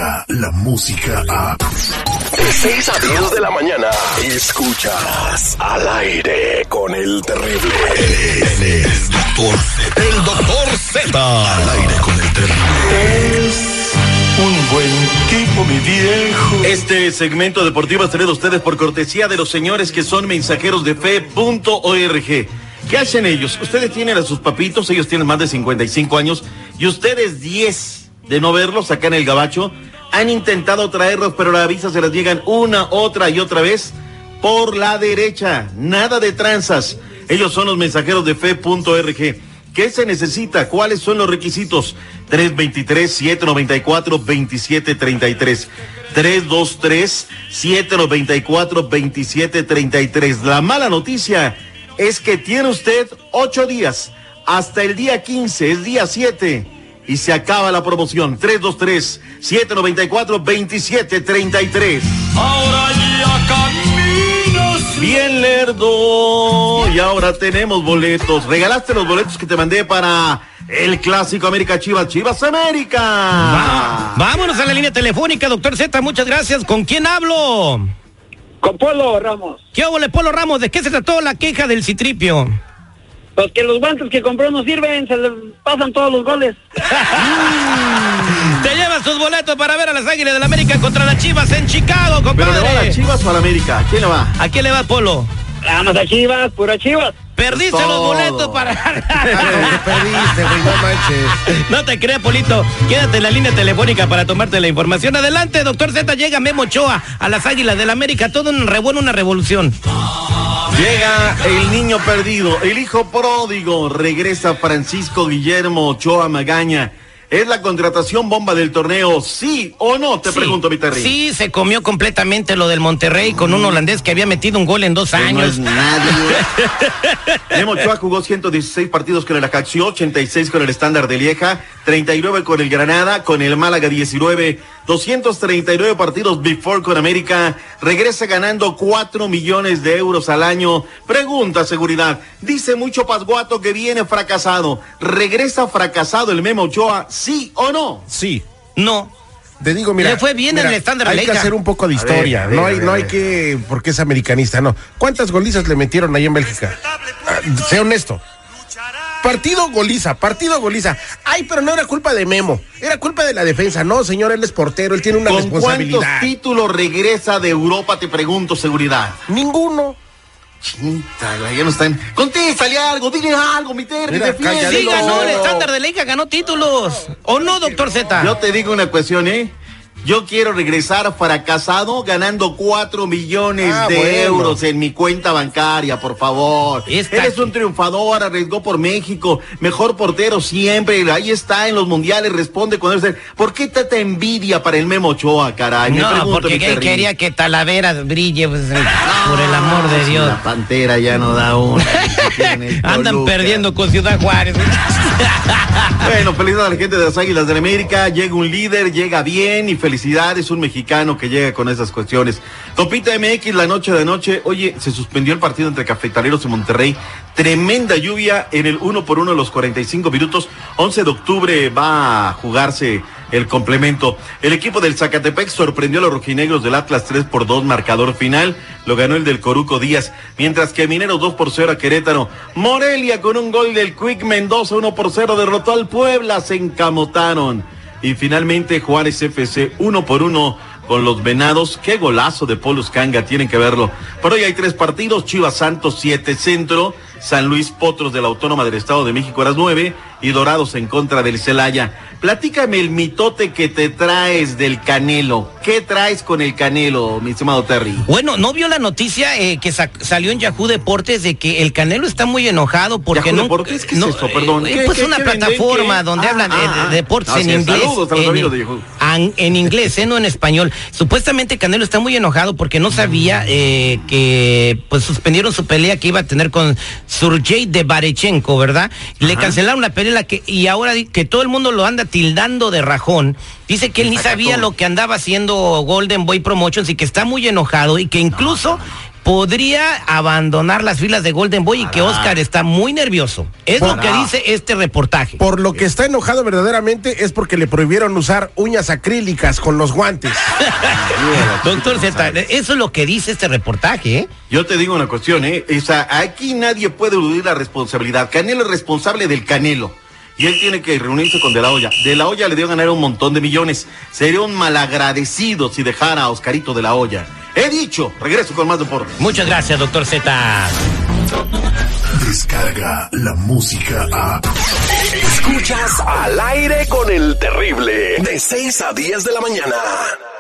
llega la música a... De 6 a 10 de la mañana, escuchas Al Aire con el Terrible. El Doctor Z. Al Aire con el Terrible. Es un buen tipo, mi viejo. Este segmento deportivo es traído a ustedes por cortesía de los señores que son mensajeros de fe.org. ¿Qué hacen ellos? Ustedes tienen a sus papitos, ellos tienen más de 55 años, y ustedes 10 de no verlos acá en el Gabacho, han intentado traerlos, pero las visas se las llegan una, otra y otra vez por la derecha. Nada de tranzas. Ellos son los mensajeros de fe.org. ¿Qué se necesita? ¿Cuáles son los requisitos? 323-794-2733. 323-794-2733. La mala noticia es que tiene usted 8 días, hasta el día 15, es día 7, y se acaba la promoción. 323-794-2733. Ahora ya caminos. Bien, Lerdo, y ahora tenemos boletos. Regalaste los boletos que te mandé para el Clásico América Chivas, Chivas América. Vámonos a la línea telefónica, doctor Z, muchas gracias. ¿Con quién hablo? Con Polo Ramos. ¿Qué óvole, Polo Ramos? ¿De qué se trató la queja del Citripio? Pues que los guantes que compró no sirven, se le pasan todos los goles. Te llevas tus boletos para ver a las Águilas del la América contra las Chivas en Chicago, compadre. ¿Pero le va a las Chivas o a la América? ¿A quién le va? ¿A quién le va, Polo? Vamos a Chivas, pura Chivas. Perdiste Todo. los boletos para... Perdiste, güey, no manches. No te creas, Polito. Quédate en la línea telefónica para tomarte la información. Adelante, doctor Z, llega Memo Ochoa a las Águilas del la América. Todo un revuelo, una revolución. Llega el niño perdido, el hijo pródigo. Regresa Francisco Guillermo Ochoa Magaña. ¿Es la contratación bomba del torneo, sí o no? Te pregunto, mi Terry. Sí, se comió completamente lo del Monterrey con un holandés que había metido un gol en 2 años. No es nadie. Memo Ochoa jugó 116 partidos con el Ajaccio, 86 con el Standard de Lieja, 39 con el Granada, con el Málaga 19, 239 partidos before con América. Regresa ganando 4 millones de euros al año. Pregunta, seguridad. Dice mucho Pasguato que viene fracasado. ¿Regresa fracasado el Memo Ochoa, sí o no? Sí. No. Te digo, mira. Le fue bien en el Standard Hay Lieja. que hacer un poco de historia. No hay que, porque es americanista, no. ¿Cuántas golizas le metieron ahí en Bélgica? Sé honesto. Partido goliza. Ay, pero no era culpa de Memo, era culpa de la defensa. No, señor, él es portero, él tiene una responsabilidad. ¿Cuántos títulos regresa de Europa, te pregunto, seguridad? Ninguno. Chinta, ya no están. Contéstale algo, dile algo, mi Terry, Mira, defiéndelo. Sí, ganó el Standard de Lieja, ganó títulos. ¿O no, doctor Z? Yo te digo una cuestión, Yo quiero regresar fracasado ganando 4 millones de euros en mi cuenta bancaria, por favor. Eres un triunfador, arriesgó por México, mejor portero siempre, ahí está en los mundiales, responde cuando es. ¿Por qué tanta envidia para el Memo Ochoa, caray? No, porque él quería que Talavera brille, pues, por el amor de Dios. La Pantera ya no da una. Andan perdiendo con Ciudad Juárez. Bueno, felicidades a la gente de las Águilas del América. Llega un líder, llega bien y felicidades, un mexicano que llega con esas cuestiones. Topita MX, la noche de anoche. Oye, se suspendió el partido entre Cafetaleros y Monterrey. Tremenda lluvia en el 1-1 de los 45 minutos. 11 de octubre va a jugarse el complemento. El equipo del Zacatepec sorprendió a los rojinegros del Atlas 3-2, marcador final. Lo ganó el del Coruco Díaz, mientras que Mineros 2-0 a Querétaro. Morelia con un gol del Quick Mendoza 1-0 derrotó al Puebla, se encamotaron. Y finalmente Juárez FC 1-1 con los Venados. Qué golazo de Polus Canga, tienen que verlo. Por hoy hay 3 partidos: Chivas Santos 7 Centro, San Luis Potros de la Autónoma del Estado de México a las 9 y Dorados en contra del Celaya. Platícame el mitote que te traes del Canelo. ¿Qué traes con el Canelo, mi estimado Terry? Bueno, ¿no vio la noticia que salió en Yahoo Deportes de que el Canelo está muy enojado porque ¿Yahoo no... Deportes? ¿Qué es eso? Perdón. Pues una plataforma donde hablan de deportes en inglés. Saludos a los amigos de Yahoo. En inglés, no en español. Supuestamente Canelo está muy enojado porque no sabía que pues suspendieron su pelea que iba a tener con Sergey Devarechenko, ¿verdad? Le cancelaron la pelea y ahora que todo el mundo lo anda tildando de rajón. Dice que él ni sabía lo que andaba haciendo Golden Boy Promotions y que está muy enojado y que incluso podría abandonar las filas de Golden Boy y que Oscar está muy nervioso. Es lo que dice este reportaje. Por lo que está enojado verdaderamente es porque le prohibieron usar uñas acrílicas con los guantes. Doctor Z, eso es lo que dice este reportaje, ¿eh? Yo te digo una cuestión, aquí nadie puede eludir la responsabilidad. Canelo es responsable del Canelo. Y él tiene que reunirse con De La Hoya. De La Hoya le dio a ganar un montón de millones. Sería un malagradecido si dejara a Oscarito De La Hoya. He dicho, regreso con más deporte. Muchas gracias, doctor Z. Descarga la música a... Escuchas Al Aire con el Terrible. De 6 a 10 de la mañana.